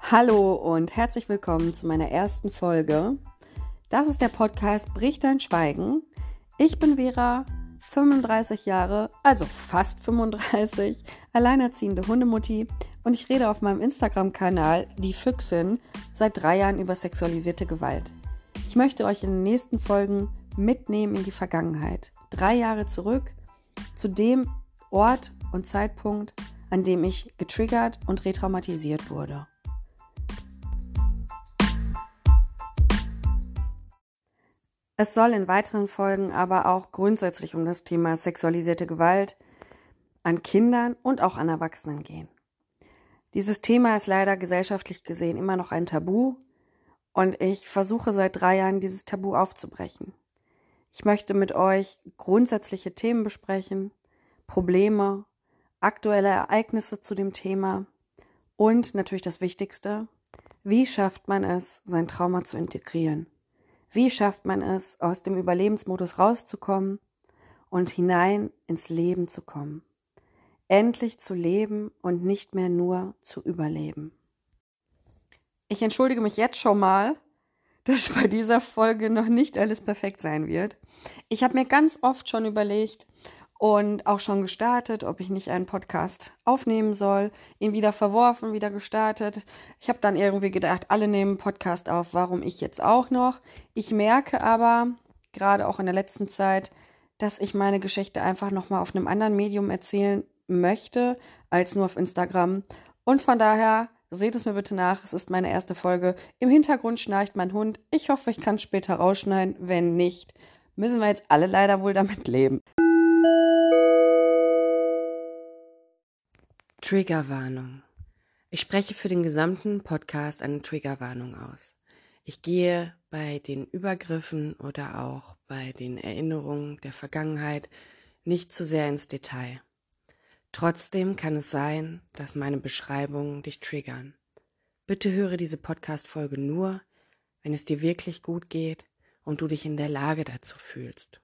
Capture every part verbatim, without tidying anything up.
Hallo und herzlich willkommen zu meiner ersten Folge. Das ist der Podcast Brich dein Schweigen. Ich bin Vera, fünfunddreißig Jahre, also fast fünfunddreißig, alleinerziehende Hundemutti und ich rede auf meinem Instagram-Kanal Die Füchsin seit drei Jahren über sexualisierte Gewalt. Ich möchte euch in den nächsten Folgen mitnehmen in die Vergangenheit. Drei Jahre zurück zu dem Ort und Zeitpunkt, an dem ich getriggert und retraumatisiert wurde. Es soll in weiteren Folgen aber auch grundsätzlich um das Thema sexualisierte Gewalt an Kindern und auch an Erwachsenen gehen. Dieses Thema ist leider gesellschaftlich gesehen immer noch ein Tabu und ich versuche seit drei Jahren dieses Tabu aufzubrechen. Ich möchte mit euch grundsätzliche Themen besprechen, Probleme, aktuelle Ereignisse zu dem Thema und natürlich das Wichtigste, wie schafft man es, sein Trauma zu integrieren? Wie schafft man es, aus dem Überlebensmodus rauszukommen und hinein ins Leben zu kommen? Endlich zu leben und nicht mehr nur zu überleben. Ich entschuldige mich jetzt schon mal, dass bei dieser Folge noch nicht alles perfekt sein wird. Ich habe mir ganz oft schon überlegt und auch schon gestartet, ob ich nicht einen Podcast aufnehmen soll, ihn wieder verworfen, wieder gestartet. Ich habe dann irgendwie gedacht, alle nehmen einen Podcast auf, warum ich jetzt auch noch? Ich merke aber, gerade auch in der letzten Zeit, dass ich meine Geschichte einfach nochmal auf einem anderen Medium erzählen möchte, als nur auf Instagram. Und von daher, seht es mir bitte nach, es ist meine erste Folge. Im Hintergrund schnarcht mein Hund. Ich hoffe, ich kann es später rausschneiden. Wenn nicht, müssen wir jetzt alle leider wohl damit leben. Triggerwarnung. Ich spreche für den gesamten Podcast eine Triggerwarnung aus. Ich gehe bei den Übergriffen oder auch bei den Erinnerungen der Vergangenheit nicht zu sehr ins Detail. Trotzdem kann es sein, dass meine Beschreibungen dich triggern. Bitte höre diese Podcast-Folge nur, wenn es dir wirklich gut geht und du dich in der Lage dazu fühlst.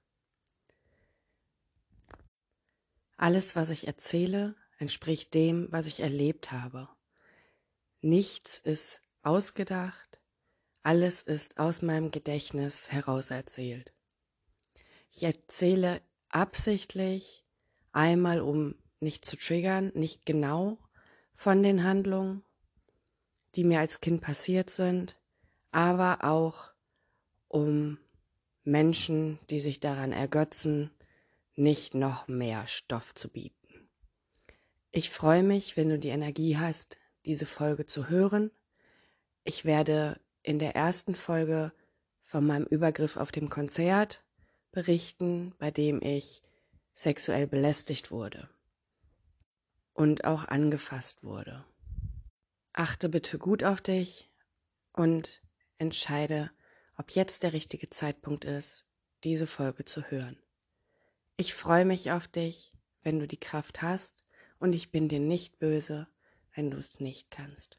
Alles, was ich erzähle, entspricht dem, was ich erlebt habe. Nichts ist ausgedacht, alles ist aus meinem Gedächtnis herauserzählt. Ich erzähle absichtlich, einmal um nicht zu triggern, nicht genau von den Handlungen, die mir als Kind passiert sind, aber auch um Menschen, die sich daran ergötzen, nicht noch mehr Stoff zu bieten. Ich freue mich, wenn du die Energie hast, diese Folge zu hören. Ich werde in der ersten Folge von meinem Übergriff auf dem Konzert berichten, bei dem ich sexuell belästigt wurde und auch angefasst wurde. Achte bitte gut auf dich und entscheide, ob jetzt der richtige Zeitpunkt ist, diese Folge zu hören. Ich freue mich auf dich, wenn du die Kraft hast, und ich bin dir nicht böse, wenn du es nicht kannst.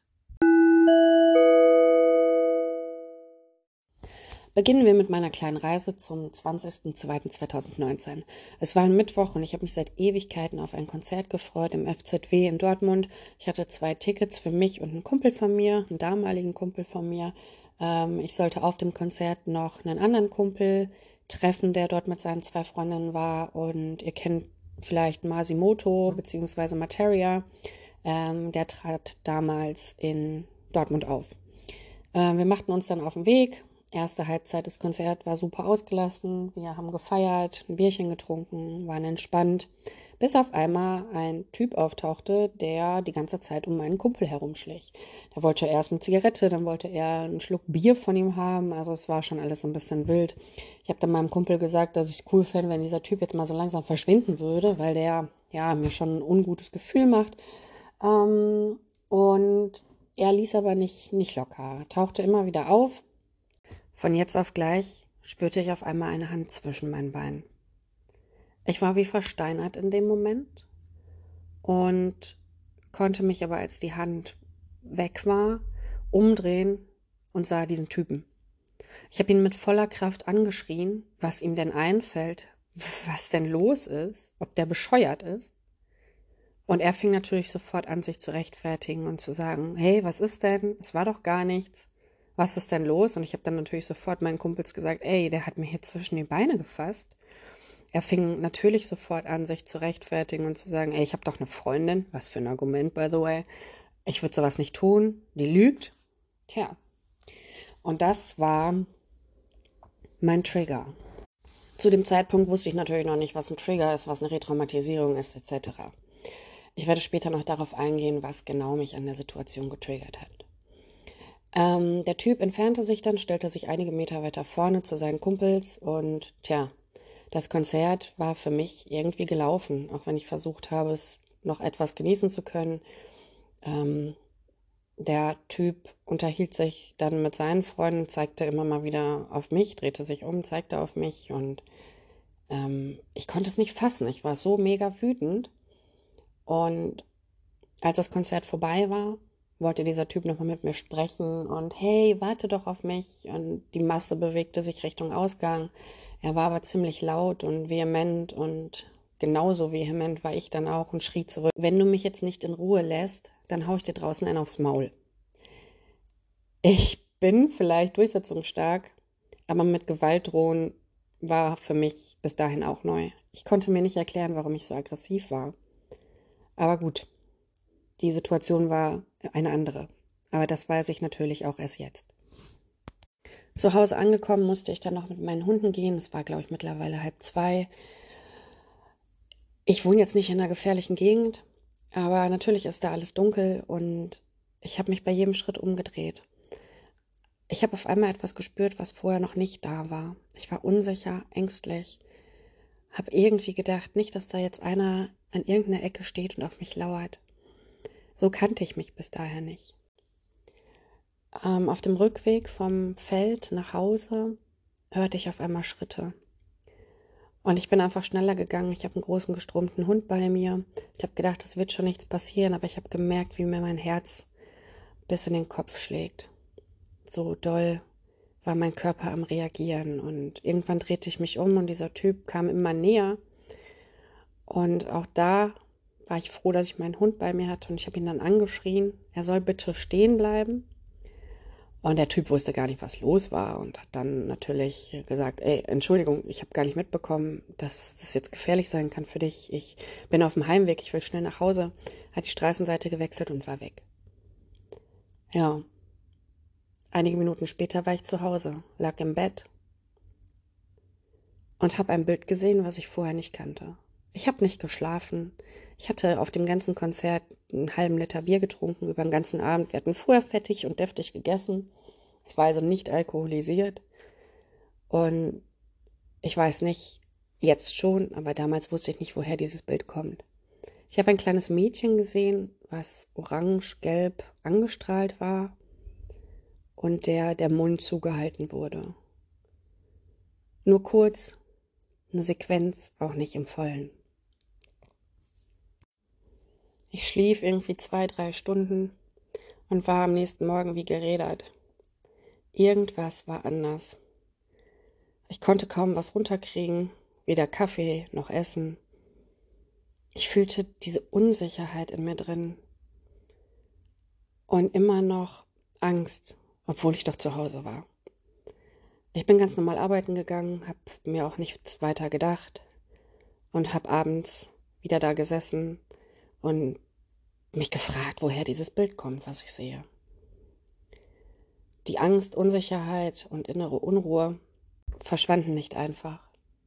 Beginnen wir mit meiner kleinen Reise zum zwanzigsten zweiten zweitausendneunzehn. Es war ein Mittwoch und ich habe mich seit Ewigkeiten auf ein Konzert gefreut im F Z W in Dortmund. Ich hatte zwei Tickets für mich und einen Kumpel von mir, einen damaligen Kumpel von mir. Ähm, ich sollte auf dem Konzert noch einen anderen Kumpel treffen, der dort mit seinen zwei Freundinnen war. Und ihr kennt vielleicht Masimoto bzw. Materia. Ähm, der trat damals in Dortmund auf. Äh, wir machten uns dann auf den Weg. Erste Halbzeit des Konzerts war super ausgelassen. Wir haben gefeiert, ein Bierchen getrunken, waren entspannt, bis auf einmal ein Typ auftauchte, der die ganze Zeit um meinen Kumpel herumschlich. Der wollte erst eine Zigarette, dann wollte er einen Schluck Bier von ihm haben. Also es war schon alles ein bisschen wild. Ich habe dann meinem Kumpel gesagt, dass ich es cool fände, wenn dieser Typ jetzt mal so langsam verschwinden würde, weil der ja mir schon ein ungutes Gefühl macht. Ähm, und er ließ aber nicht, nicht locker, tauchte immer wieder auf. Von jetzt auf gleich spürte ich auf einmal eine Hand zwischen meinen Beinen. Ich war wie versteinert in dem Moment und konnte mich aber, als die Hand weg war, umdrehen und sah diesen Typen. Ich habe ihn mit voller Kraft angeschrien, was ihm denn einfällt, was denn los ist, ob der bescheuert ist. Und er fing natürlich sofort an, sich zu rechtfertigen und zu sagen, hey, was ist denn? Es war doch gar nichts. Was ist denn los? Und ich habe dann natürlich sofort meinen Kumpels gesagt, ey, der hat mir hier zwischen die Beine gefasst. Er fing natürlich sofort an, sich zu rechtfertigen und zu sagen, ey, ich habe doch eine Freundin. Was für ein Argument, by the way. Ich würde sowas nicht tun. Die lügt. Tja. Und das war mein Trigger. Zu dem Zeitpunkt wusste ich natürlich noch nicht, was ein Trigger ist, was eine Retraumatisierung ist, et cetera. Ich werde später noch darauf eingehen, was genau mich an der Situation getriggert hat. Ähm, der Typ entfernte sich dann, stellte sich einige Meter weiter vorne zu seinen Kumpels und tja, das Konzert war für mich irgendwie gelaufen, auch wenn ich versucht habe, es noch etwas genießen zu können. Ähm, der Typ unterhielt sich dann mit seinen Freunden, zeigte immer mal wieder auf mich, drehte sich um, zeigte auf mich und ähm, ich konnte es nicht fassen. Ich war so mega wütend. Und als das Konzert vorbei war, wollte dieser Typ nochmal mit mir sprechen und hey, warte doch auf mich. Und die Masse bewegte sich Richtung Ausgang. Er war aber ziemlich laut und vehement und genauso vehement war ich dann auch und schrie zurück, wenn du mich jetzt nicht in Ruhe lässt, dann hau ich dir draußen einen aufs Maul. Ich bin vielleicht durchsetzungsstark, aber mit Gewalt drohen war für mich bis dahin auch neu. Ich konnte mir nicht erklären, warum ich so aggressiv war. Aber gut, die Situation war eine andere. Aber das weiß ich natürlich auch erst jetzt. Zu Hause angekommen musste ich dann noch mit meinen Hunden gehen. Es war, glaube ich, mittlerweile halb zwei. Ich wohne jetzt nicht in einer gefährlichen Gegend, aber natürlich ist da alles dunkel und ich habe mich bei jedem Schritt umgedreht. Ich habe auf einmal etwas gespürt, was vorher noch nicht da war. Ich war unsicher, ängstlich, habe irgendwie gedacht, nicht, dass da jetzt einer an irgendeiner Ecke steht und auf mich lauert. So kannte ich mich bis daher nicht. Ähm, auf dem Rückweg vom Feld nach Hause hörte ich auf einmal Schritte. Und ich bin einfach schneller gegangen. Ich habe einen großen, gestromten Hund bei mir. Ich habe gedacht, es wird schon nichts passieren, aber ich habe gemerkt, wie mir mein Herz bis in den Kopf schlägt. So doll war mein Körper am Reagieren. Und irgendwann drehte ich mich um und dieser Typ kam immer näher. Und auch da war ich froh, dass ich meinen Hund bei mir hatte und ich habe ihn dann angeschrien, er soll bitte stehen bleiben. Und der Typ wusste gar nicht, was los war und hat dann natürlich gesagt, ey, Entschuldigung, ich habe gar nicht mitbekommen, dass das jetzt gefährlich sein kann für dich. Ich bin auf dem Heimweg, ich will schnell nach Hause. Hat die Straßenseite gewechselt und war weg. Ja, einige Minuten später war ich zu Hause, lag im Bett und habe ein Bild gesehen, was ich vorher nicht kannte. Ich habe nicht geschlafen. Ich hatte auf dem ganzen Konzert einen halben Liter Bier getrunken über den ganzen Abend. Wir hatten vorher fettig und deftig gegessen. Ich war also nicht alkoholisiert. Und ich weiß nicht, jetzt schon, aber damals wusste ich nicht, woher dieses Bild kommt. Ich habe ein kleines Mädchen gesehen, was orange-gelb angestrahlt war und der der Mund zugehalten wurde. Nur kurz, eine Sequenz, auch nicht im Vollen. Ich schlief irgendwie zwei, drei Stunden und war am nächsten Morgen wie gerädert. Irgendwas war anders. Ich konnte kaum was runterkriegen, weder Kaffee noch Essen. Ich fühlte diese Unsicherheit in mir drin und immer noch Angst, obwohl ich doch zu Hause war. Ich bin ganz normal arbeiten gegangen, habe mir auch nichts weiter gedacht und habe abends wieder da gesessen und mich gefragt, woher dieses Bild kommt, was ich sehe. Die Angst, Unsicherheit und innere Unruhe verschwanden nicht einfach.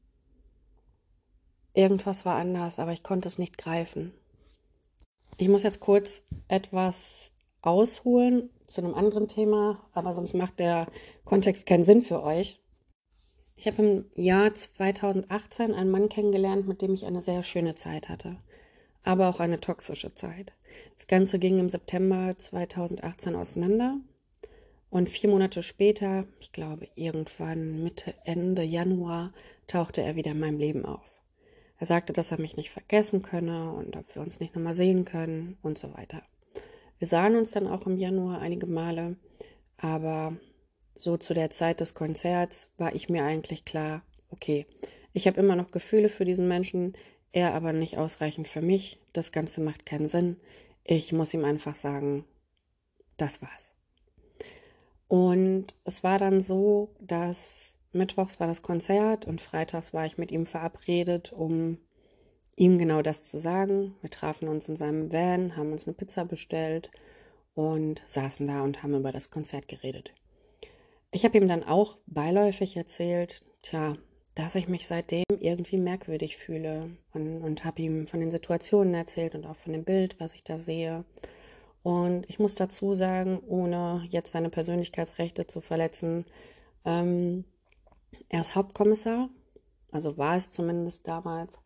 Irgendwas war anders, aber ich konnte es nicht greifen. Ich muss jetzt kurz etwas ausholen zu einem anderen Thema, aber sonst macht der Kontext keinen Sinn für euch. Ich habe im Jahr zweitausendachtzehn einen Mann kennengelernt, mit dem ich eine sehr schöne Zeit hatte, aber auch eine toxische Zeit. Das Ganze ging im September zweitausendachtzehn auseinander und vier Monate später, ich glaube irgendwann Mitte, Ende Januar, tauchte er wieder in meinem Leben auf. Er sagte, dass er mich nicht vergessen könne und ob wir uns nicht nochmal sehen können und so weiter. Wir sahen uns dann auch im Januar einige Male, aber so zu der Zeit des Konzerts war ich mir eigentlich klar, okay, ich habe immer noch Gefühle für diesen Menschen, er aber nicht ausreichend für mich. Das Ganze macht keinen Sinn. Ich muss ihm einfach sagen, das war's. Und es war dann so, dass mittwochs war das Konzert und freitags war ich mit ihm verabredet, um ihm genau das zu sagen. Wir trafen uns in seinem Van, haben uns eine Pizza bestellt und saßen da und haben über das Konzert geredet. Ich habe ihm dann auch beiläufig erzählt, tja, dass ich mich seitdem irgendwie merkwürdig fühle und, und habe ihm von den Situationen erzählt und auch von dem Bild, was ich da sehe. Und ich muss dazu sagen, ohne jetzt seine Persönlichkeitsrechte zu verletzen, ähm, er ist Hauptkommissar, also war es zumindest damals.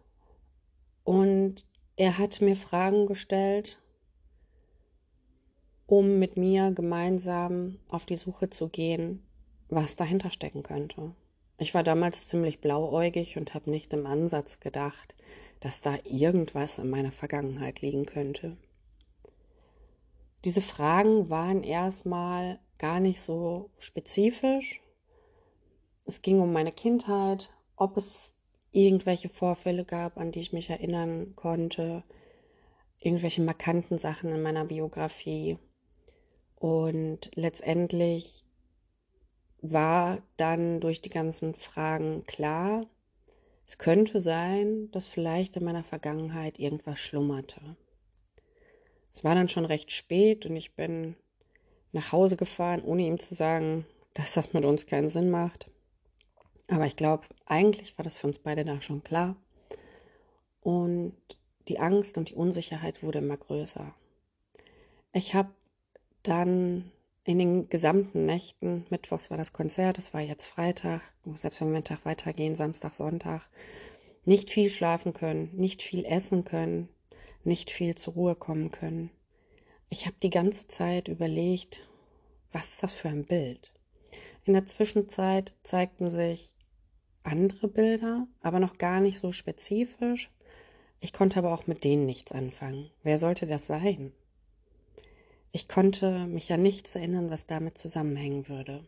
Und er hat mir Fragen gestellt, um mit mir gemeinsam auf die Suche zu gehen, was dahinter stecken könnte. Ich war damals ziemlich blauäugig und habe nicht im Ansatz gedacht, dass da irgendwas in meiner Vergangenheit liegen könnte. Diese Fragen waren erstmal gar nicht so spezifisch. Es ging um meine Kindheit, ob es irgendwelche Vorfälle gab, an die ich mich erinnern konnte, irgendwelche markanten Sachen in meiner Biografie. Und letztendlich war dann durch die ganzen Fragen klar, es könnte sein, dass vielleicht in meiner Vergangenheit irgendwas schlummerte. Es war dann schon recht spät und ich bin nach Hause gefahren, ohne ihm zu sagen, dass das mit uns keinen Sinn macht. Aber ich glaube, eigentlich war das für uns beide da schon klar. Und die Angst und die Unsicherheit wurde immer größer. Ich habe dann in den gesamten Nächten, mittwochs war das Konzert, es war jetzt Freitag, selbst wenn wir einen Tag weitergehen, Samstag, Sonntag, nicht viel schlafen können, nicht viel essen können, nicht viel zur Ruhe kommen können. Ich habe die ganze Zeit überlegt, was ist das für ein Bild? In der Zwischenzeit zeigten sich andere Bilder, aber noch gar nicht so spezifisch. Ich konnte aber auch mit denen nichts anfangen. Wer sollte das sein? Ich konnte mich an nichts erinnern, was damit zusammenhängen würde.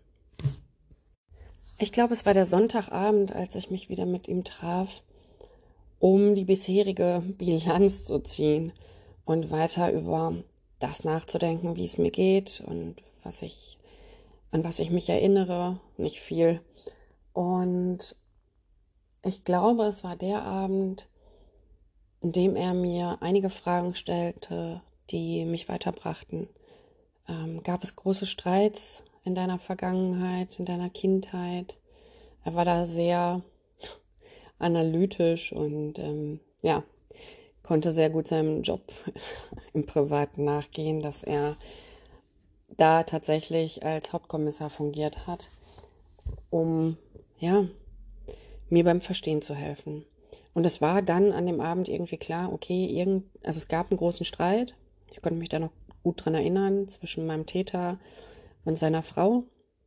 Ich glaube, es war der Sonntagabend, als ich mich wieder mit ihm traf, um die bisherige Bilanz zu ziehen und weiter über das nachzudenken, wie es mir geht und was ich, an was ich mich erinnere, nicht viel. Und ich glaube, es war der Abend, in dem er mir einige Fragen stellte, die mich weiterbrachten. Ähm, gab es große Streits in deiner Vergangenheit, in deiner Kindheit? Er war da sehr analytisch und ähm, ja, konnte sehr gut seinem Job im Privaten nachgehen, dass er da tatsächlich als Hauptkommissar fungiert hat, um ja, mir beim Verstehen zu helfen. Und es war dann an dem Abend irgendwie klar, okay, irgend, also es gab einen großen Streit. Ich konnte mich da noch gut dran erinnern, zwischen meinem Täter und seiner Frau.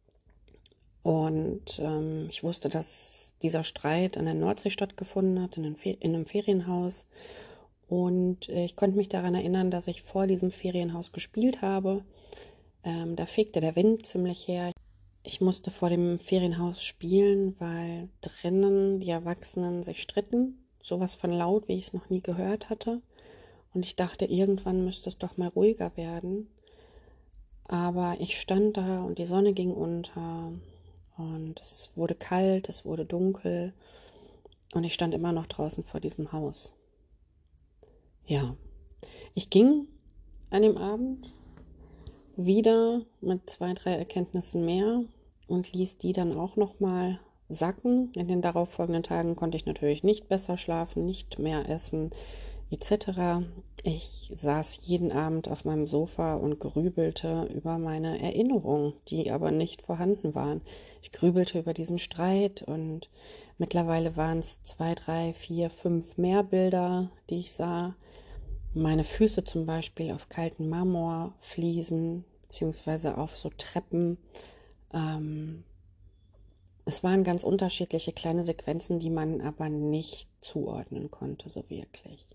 Und ähm, ich wusste, dass dieser Streit an der Nordsee stattgefunden hat, in einem, Fe- in einem Ferienhaus. Und äh, ich konnte mich daran erinnern, dass ich vor diesem Ferienhaus gespielt habe. Ähm, da fegte der Wind ziemlich her. Ich musste vor dem Ferienhaus spielen, weil drinnen die Erwachsenen sich stritten. Sowas von laut, wie ich es noch nie gehört hatte. Und ich dachte, irgendwann müsste es doch mal ruhiger werden. Aber ich stand da und die Sonne ging unter und es wurde kalt, es wurde dunkel und ich stand immer noch draußen vor diesem Haus. Ja, ich ging an dem Abend wieder mit zwei, drei Erkenntnissen mehr und ließ die dann auch nochmal sacken. In den darauffolgenden Tagen konnte ich natürlich nicht besser schlafen, nicht mehr essen et cetera. Ich saß jeden Abend auf meinem Sofa und grübelte über meine Erinnerungen, die aber nicht vorhanden waren. Ich grübelte über diesen Streit und mittlerweile waren es zwei, drei, vier, fünf mehr Bilder, die ich sah. Meine Füße zum Beispiel auf kalten Marmorfliesen beziehungsweise auf so Treppen. Ähm, es waren ganz unterschiedliche kleine Sequenzen, die man aber nicht zuordnen konnte, so wirklich.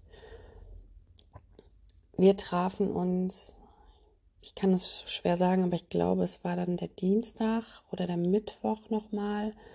Wir trafen uns, ich kann es schwer sagen, aber ich glaube, es war dann der Dienstag oder der Mittwoch nochmal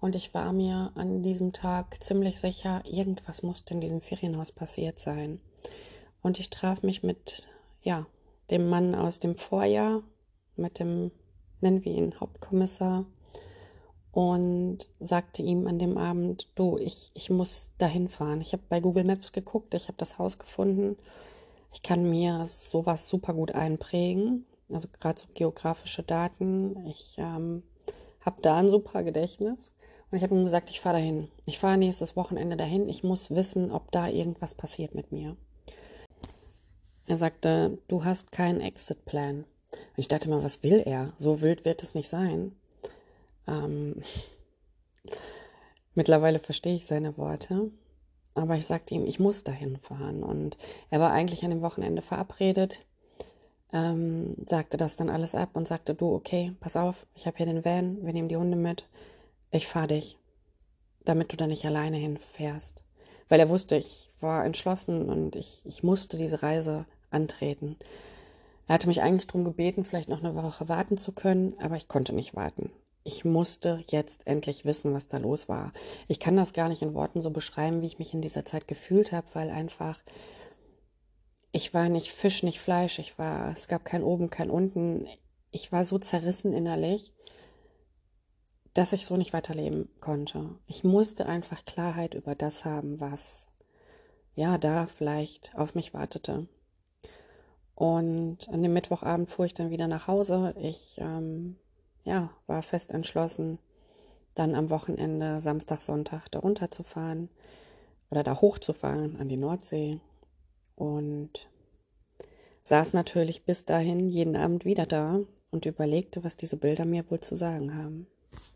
Und ich war mir an diesem Tag ziemlich sicher, irgendwas musste in diesem Ferienhaus passiert sein. Und ich traf mich mit, ja, dem Mann aus dem Vorjahr, mit dem, nennen wir ihn Hauptkommissar, und sagte ihm an dem Abend, du, ich, ich muss dahin fahren. Ich habe bei Google Maps geguckt, ich habe das Haus gefunden. Ich kann mir sowas super gut einprägen, also gerade so geografische Daten. Ich ähm, habe da ein super Gedächtnis. Und ich habe ihm gesagt, ich fahre dahin. Ich fahre nächstes Wochenende dahin. Ich muss wissen, ob da irgendwas passiert mit mir. Er sagte, du hast keinen Exit-Plan. Und ich dachte mal, was will er? So wild wird es nicht sein. Ähm, mittlerweile verstehe ich seine Worte. Aber ich sagte ihm, ich muss dahin fahren. Und er war eigentlich an dem Wochenende verabredet, ähm, sagte das dann alles ab und sagte, du, okay, pass auf, ich habe hier den Van, wir nehmen die Hunde mit. Ich fahre dich, damit du da nicht alleine hinfährst. Weil er wusste, ich war entschlossen und ich, ich musste diese Reise antreten. Er hatte mich eigentlich darum gebeten, vielleicht noch eine Woche warten zu können, aber ich konnte nicht warten. Ich musste jetzt endlich wissen, was da los war. Ich kann das gar nicht in Worten so beschreiben, wie ich mich in dieser Zeit gefühlt habe, weil einfach, ich war nicht Fisch, nicht Fleisch, ich war, es gab kein Oben, kein Unten. Ich war so zerrissen innerlich, dass ich so nicht weiterleben konnte. Ich musste einfach Klarheit über das haben, was, ja, da vielleicht auf mich wartete. Und an dem Mittwochabend fuhr ich dann wieder nach Hause. Ich ähm, ja, war fest entschlossen, dann am Wochenende, Samstag, Sonntag, da runterzufahren oder da hochzufahren an die Nordsee. Und saß natürlich bis dahin jeden Abend wieder da und überlegte, was diese Bilder mir wohl zu sagen haben.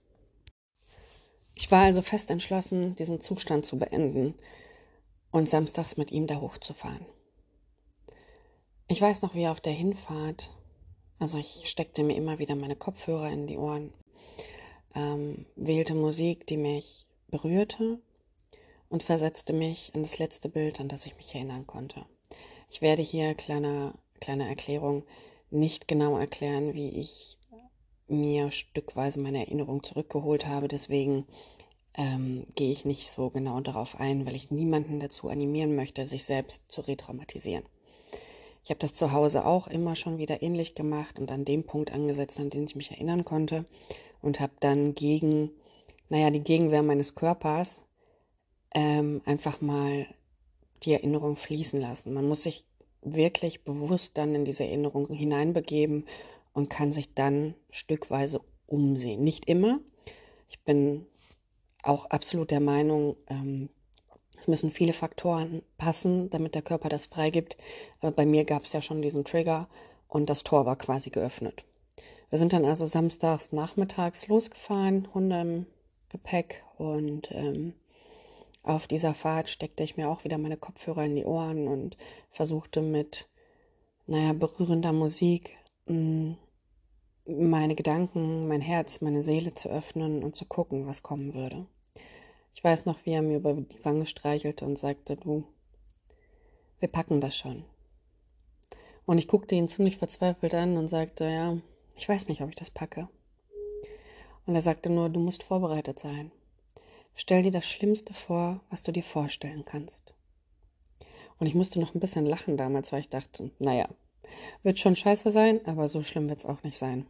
Ich war also fest entschlossen, diesen Zustand zu beenden und samstags mit ihm da hochzufahren. Ich weiß noch, wie auf der Hinfahrt, also ich steckte mir immer wieder meine Kopfhörer in die Ohren, ähm, wählte Musik, die mich berührte und versetzte mich in das letzte Bild, an das ich mich erinnern konnte. Ich werde hier, kleine, kleine Erklärung, nicht genau erklären, wie ich mir stückweise meine Erinnerung zurückgeholt habe. Deswegen ähm, gehe ich nicht so genau darauf ein, weil ich niemanden dazu animieren möchte, sich selbst zu retraumatisieren. Ich habe das zu Hause auch immer schon wieder ähnlich gemacht und an dem Punkt angesetzt, an den ich mich erinnern konnte und habe dann gegen, naja, die Gegenwehr meines Körpers ähm, einfach mal die Erinnerung fließen lassen. Man muss sich wirklich bewusst dann in diese Erinnerung hineinbegeben und kann sich dann stückweise umsehen. Nicht immer. Ich bin auch absolut der Meinung, ähm, es müssen viele Faktoren passen, damit der Körper das freigibt. Aber bei mir gab es ja schon diesen Trigger und das Tor war quasi geöffnet. Wir sind dann also samstags nachmittags losgefahren, Hunde im Gepäck, und ähm, auf dieser Fahrt steckte ich mir auch wieder meine Kopfhörer in die Ohren und versuchte mit, naja, berührender Musik mh, meine Gedanken, mein Herz, meine Seele zu öffnen und zu gucken, was kommen würde. Ich weiß noch, wie er mir über die Wange streichelte und sagte, du, wir packen das schon. Und ich guckte ihn ziemlich verzweifelt an und sagte, ja, ich weiß nicht, ob ich das packe. Und er sagte nur, du musst vorbereitet sein. Stell dir das Schlimmste vor, was du dir vorstellen kannst. Und ich musste noch ein bisschen lachen damals, weil ich dachte, naja, wird schon scheiße sein, aber so schlimm wird es auch nicht sein.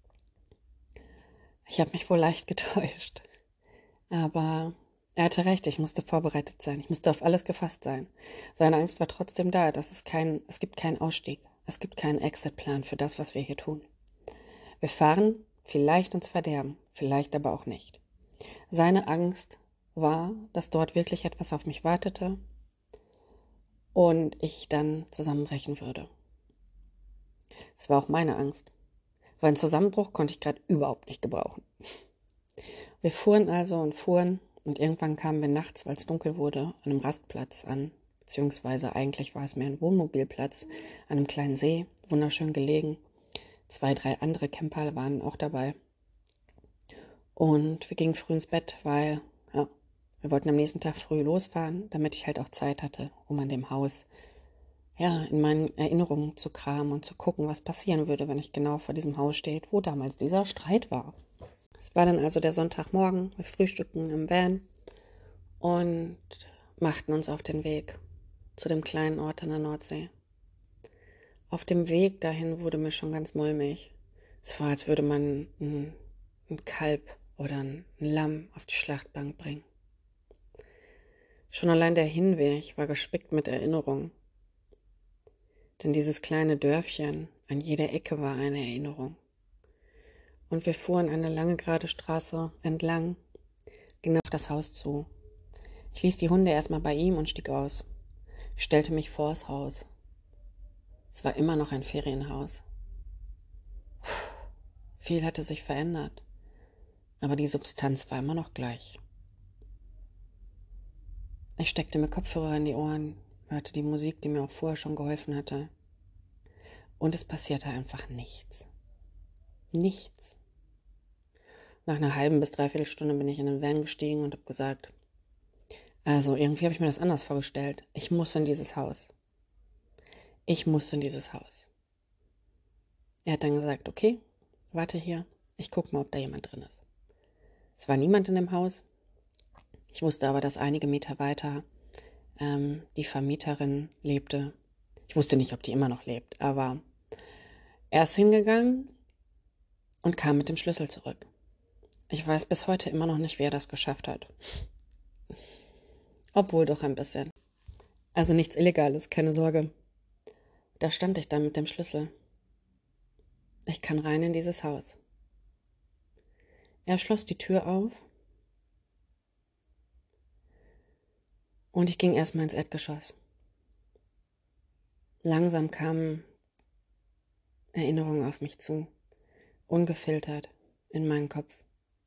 Ich habe mich wohl leicht getäuscht. Aber er hatte recht, ich musste vorbereitet sein. Ich musste auf alles gefasst sein. Seine Angst war trotzdem da. Das ist kein, es gibt keinen Ausstieg. Es gibt keinen Exit-Plan für das, was wir hier tun. Wir fahren vielleicht ins Verderben, vielleicht aber auch nicht. Seine Angst war, dass dort wirklich etwas auf mich wartete und ich dann zusammenbrechen würde. Es war auch meine Angst, weil einen Zusammenbruch konnte ich gerade überhaupt nicht gebrauchen. Wir fuhren also und fuhren und irgendwann kamen wir nachts, weil es dunkel wurde, an einem Rastplatz an, beziehungsweise eigentlich war es mehr ein Wohnmobilplatz, an einem kleinen See, wunderschön gelegen. Zwei, drei andere Camper waren auch dabei. Und wir gingen früh ins Bett, weil, ja, wir wollten am nächsten Tag früh losfahren, damit ich halt auch Zeit hatte, um an dem Haus, ja, in meinen Erinnerungen zu kramen und zu gucken, was passieren würde, wenn ich genau vor diesem Haus stehe, wo damals dieser Streit war. Es war dann also der Sonntagmorgen, wir frühstückten im Van und machten uns auf den Weg zu dem kleinen Ort an der Nordsee. Auf dem Weg dahin wurde mir schon ganz mulmig. Es war, als würde man ein, ein Kalb oder ein Lamm auf die Schlachtbank bringen. Schon allein der Hinweg war gespickt mit Erinnerungen. Denn dieses kleine Dörfchen, an jeder Ecke war eine Erinnerung. Und wir fuhren eine lange gerade Straße entlang, gingen auf das Haus zu. Ich ließ die Hunde erstmal bei ihm und stieg aus. Ich stellte mich vors Haus. Es war immer noch ein Ferienhaus. Viel hatte sich verändert, aber die Substanz war immer noch gleich. Ich steckte mir Kopfhörer in die Ohren, hörte die Musik, die mir auch vorher schon geholfen hatte. Und es passierte einfach nichts. Nichts. Nach einer halben bis dreiviertel Stunde bin ich in den Van gestiegen und habe gesagt, also irgendwie habe ich mir das anders vorgestellt. Ich muss in dieses Haus. Ich muss in dieses Haus. Er hat dann gesagt, okay, warte hier, ich gucke mal, ob da jemand drin ist. Es war niemand in dem Haus. Ich wusste aber, dass einige Meter weiter ähm, die Vermieterin lebte. Ich wusste nicht, ob die immer noch lebt, aber er ist hingegangen und kam mit dem Schlüssel zurück. Ich weiß bis heute immer noch nicht, wer das geschafft hat. Obwohl doch ein bisschen. Also nichts Illegales, keine Sorge. Da stand ich dann mit dem Schlüssel. Ich kann rein in dieses Haus. Er schloss die Tür auf und ich ging erstmal ins Erdgeschoss. Langsam kamen Erinnerungen auf mich zu, ungefiltert in meinen Kopf.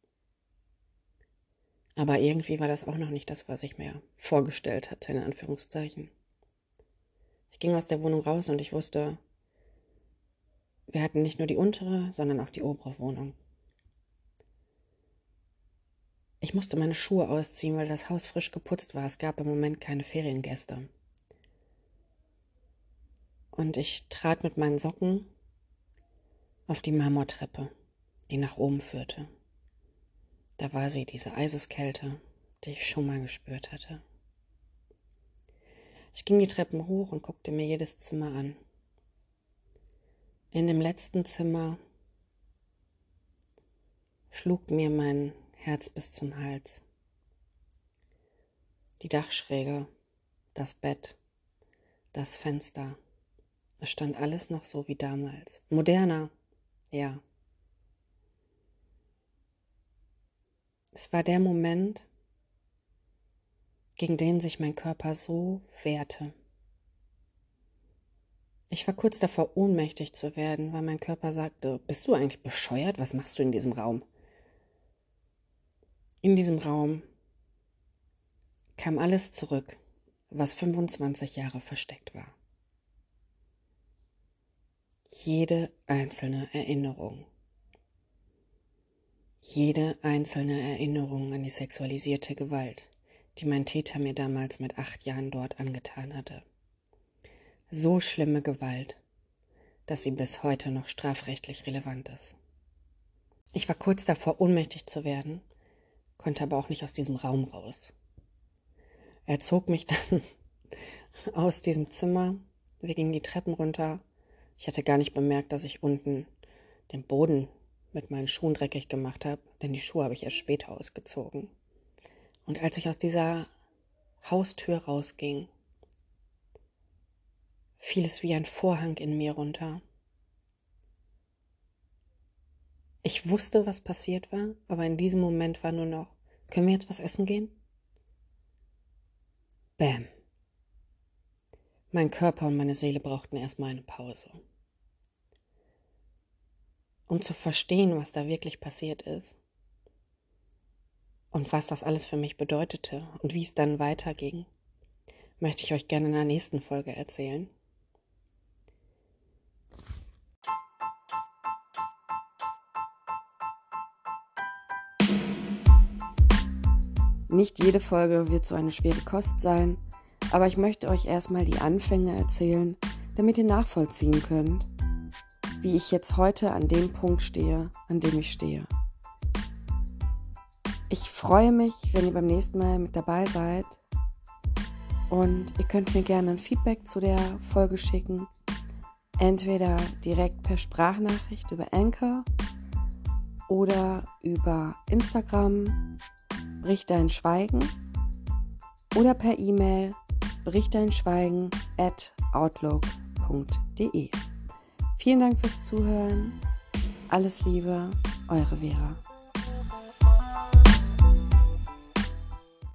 Aber irgendwie war das auch noch nicht das, was ich mir vorgestellt hatte, in Anführungszeichen. Ich ging aus der Wohnung raus und ich wusste, wir hatten nicht nur die untere, sondern auch die obere Wohnung. Ich musste meine Schuhe ausziehen, weil das Haus frisch geputzt war. Es gab im Moment keine Feriengäste. Und ich trat mit meinen Socken auf die Marmortreppe, die nach oben führte. Da war sie, diese Eiseskälte, die ich schon mal gespürt hatte. Ich ging die Treppen hoch und guckte mir jedes Zimmer an. In dem letzten Zimmer schlug mir mein Herz bis zum Hals. Die Dachschräge, das Bett, das Fenster. Es stand alles noch so wie damals. Moderner, ja. Es war der Moment, gegen den sich mein Körper so wehrte. Ich war kurz davor, ohnmächtig zu werden, weil mein Körper sagte, bist du eigentlich bescheuert? Was machst du in diesem Raum? In diesem Raum kam alles zurück, was fünfundzwanzig Jahre versteckt war. Jede einzelne Erinnerung. Jede einzelne Erinnerung an die sexualisierte Gewalt, die mein Täter mir damals mit acht Jahren dort angetan hatte. So schlimme Gewalt, dass sie bis heute noch strafrechtlich relevant ist. Ich war kurz davor, ohnmächtig zu werden, konnte aber auch nicht aus diesem Raum raus. Er zog mich dann aus diesem Zimmer, wir gingen die Treppen runter. Ich hatte gar nicht bemerkt, dass ich unten den Boden mit meinen Schuhen dreckig gemacht habe, denn die Schuhe habe ich erst später ausgezogen. Und als ich aus dieser Haustür rausging, fiel es wie ein Vorhang in mir runter. Ich wusste, was passiert war, aber in diesem Moment war nur noch, können wir jetzt was essen gehen? Bäm. Mein Körper und meine Seele brauchten erstmal eine Pause. Um zu verstehen, was da wirklich passiert ist und was das alles für mich bedeutete und wie es dann weiterging, möchte ich euch gerne in der nächsten Folge erzählen. Nicht jede Folge wird so eine schwere Kost sein, aber ich möchte euch erstmal die Anfänge erzählen, damit ihr nachvollziehen könnt, wie ich jetzt heute an dem Punkt stehe, an dem ich stehe. Ich freue mich, wenn ihr beim nächsten Mal mit dabei seid. Und ihr könnt mir gerne ein Feedback zu der Folge schicken. Entweder direkt per Sprachnachricht über Anchor oder über Instagram Brich dein Schweigen oder per E-Mail brich dein Schweigen at outlook punkt de. Vielen Dank fürs Zuhören. Alles Liebe, eure Vera.